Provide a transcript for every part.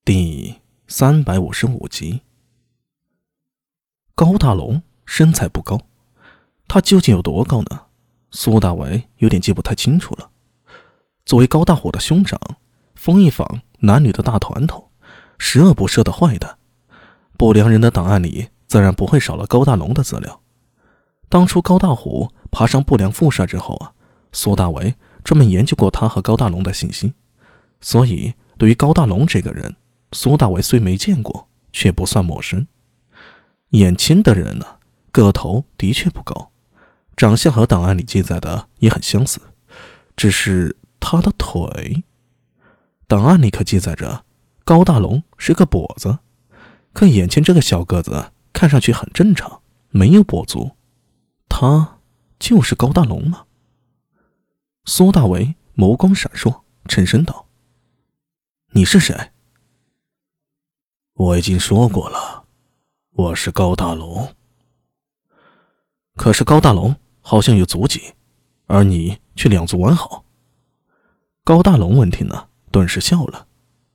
第355集。高大龙身材不高，他究竟有多高呢？苏大为有点记不太清楚了。作为高大虎的兄长，风一坊男女的大团头，十恶不赦的坏蛋，不良人的档案里自然不会少了高大龙的资料。当初高大虎爬上不良副帅之后苏大为专门研究过他和高大龙的信息，所以对于高大龙这个人，苏大为虽没见过，却不算陌生。眼前的人个头的确不高，长相和档案里记载的也很相似，只是他的腿，档案里可记载着高大龙是个跛子，可眼前这个小个子看上去很正常，没有跛足，他就是高大龙吗？苏大为眸光闪烁，沉声道：“你是谁？” 我已经说过了，我是高大龙。 可是高大龙好像有足迹，而你却两足完好。高大龙闻听顿时笑了。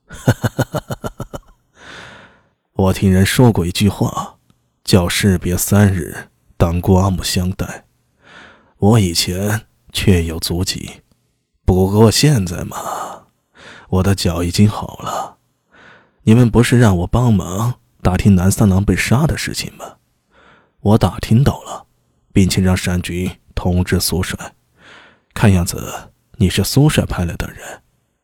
我听人说过一句话，叫士别3日，当刮目相待。我以前确有足迹，不过现在嘛，我的脚已经好了。你们不是让我帮忙打听南三郎被杀的事情吗？我打听到了，并且让山军通知苏帅。看样子你是苏帅派来的人。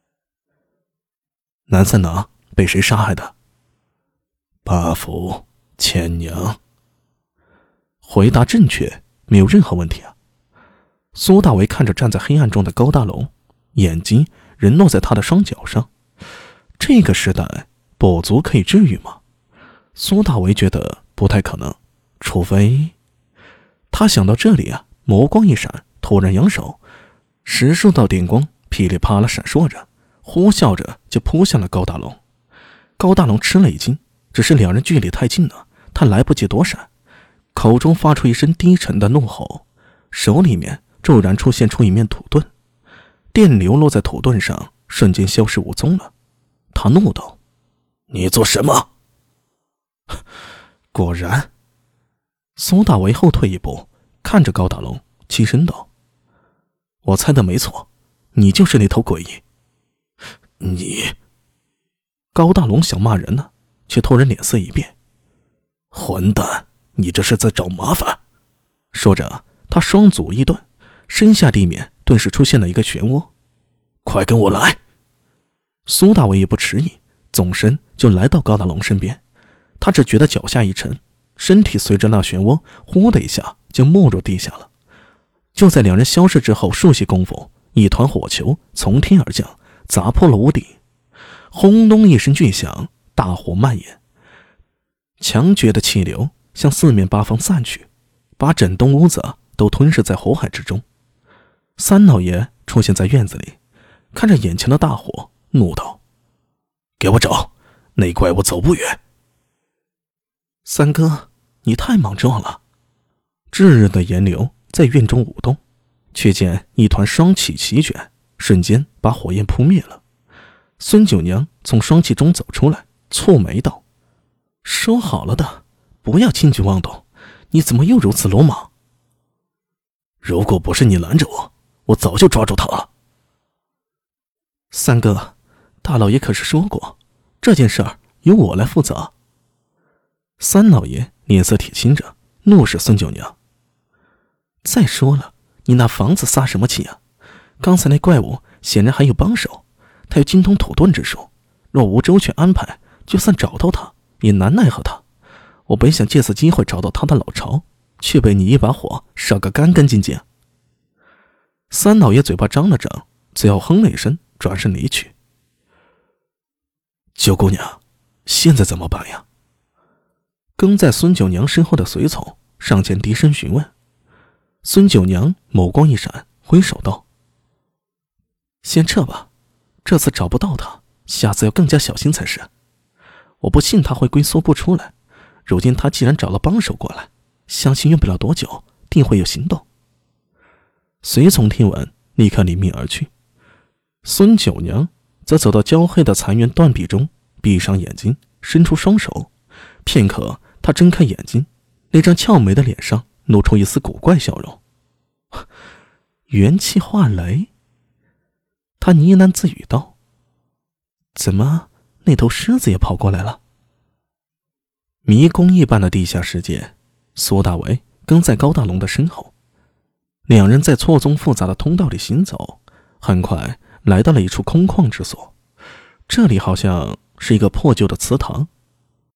南三郎被谁杀害的？ 八府千娘。 回答正确，没有任何问题苏大为看着站在黑暗中的高大龙，眼睛仍落在他的双脚上。这个时代跛足可以治愈吗？苏大为觉得不太可能，除非……他想到这里眸光一闪，突然扬手，10数道电光噼里啪啦闪烁着，呼啸着就扑向了高大龙。高大龙吃了一惊，只是两人距离太近了，他来不及躲闪，口中发出一声低沉的怒吼，手里面骤然出现出一面土盾，电流落在土盾上，瞬间消失无踪了。他怒道：“ 你做什么？” 果然，苏大为后退一步，看着高大龙，轻声道：“我猜的没错，你就是那头诡异。” 你…… 高大龙想骂人却突然脸色一变：“ 混蛋，你这是在找麻烦！” 说着，他双足一顿，身下地面顿时出现了一个漩涡。 “快跟我来！” 苏大为也不迟疑，纵身就来到高大龙身边。他只觉得脚下一沉，身体随着那漩涡呼的一下就没入地下了。就在两人消失之后数息功夫，一团火球从天而降，砸破了屋顶。轰隆一声巨响，大火蔓延，强绝的气流向四面八方散去，把整栋屋子都吞噬在火海之中。三老爷出现在院子里，看着眼前的大火，怒道：“ 给我找，那怪物走不远。” 三哥，你太莽撞了。炙热的炎流在院中舞动，却见一团霜气席卷，瞬间把火焰扑灭了。孙九娘从霜气中走出来，蹙眉道：“说好了的，不要轻举妄动，你怎么又如此鲁莽？”“ 如果不是你拦着我，我早就抓住他了。”“ 三哥，大老爷可是说过，这件事儿由我来负责。”三老爷脸色铁青着，怒视孙九娘：“再说了，你那房子撒什么气刚才那怪物显然还有帮手，他有精通土遁之术，若无周全安排，就算找到他也难奈何他。我本想借此机会找到他的老巢，却被你一把火烧个干干净净。”三老爷嘴巴张了张，最后哼了一声，转身离去。 “九姑娘，现在怎么办呀？” 跟在孙九娘身后的随从上前低声询问。孙九娘眸光一闪，挥手道：“先撤吧，这次找不到他，下次要更加小心才是。我不信他会龟缩不出来，如今他既然找了帮手过来，相信用不了多久定会有行动。”随从听闻，立刻领命而去。孙九娘则走到焦黑的残垣断壁中， 闭上眼睛，伸出双手。片刻，他睁开眼睛，那张俏美的脸上露出一丝古怪笑容。元气化雷？他呢喃自语道：“怎么，那头狮子也跑过来了？”迷宫一般的地下世界，苏大为跟在高大龙的身后，两人在错综复杂的通道里行走，很快来到了一处空旷之所。这里好像是一个破旧的祠堂，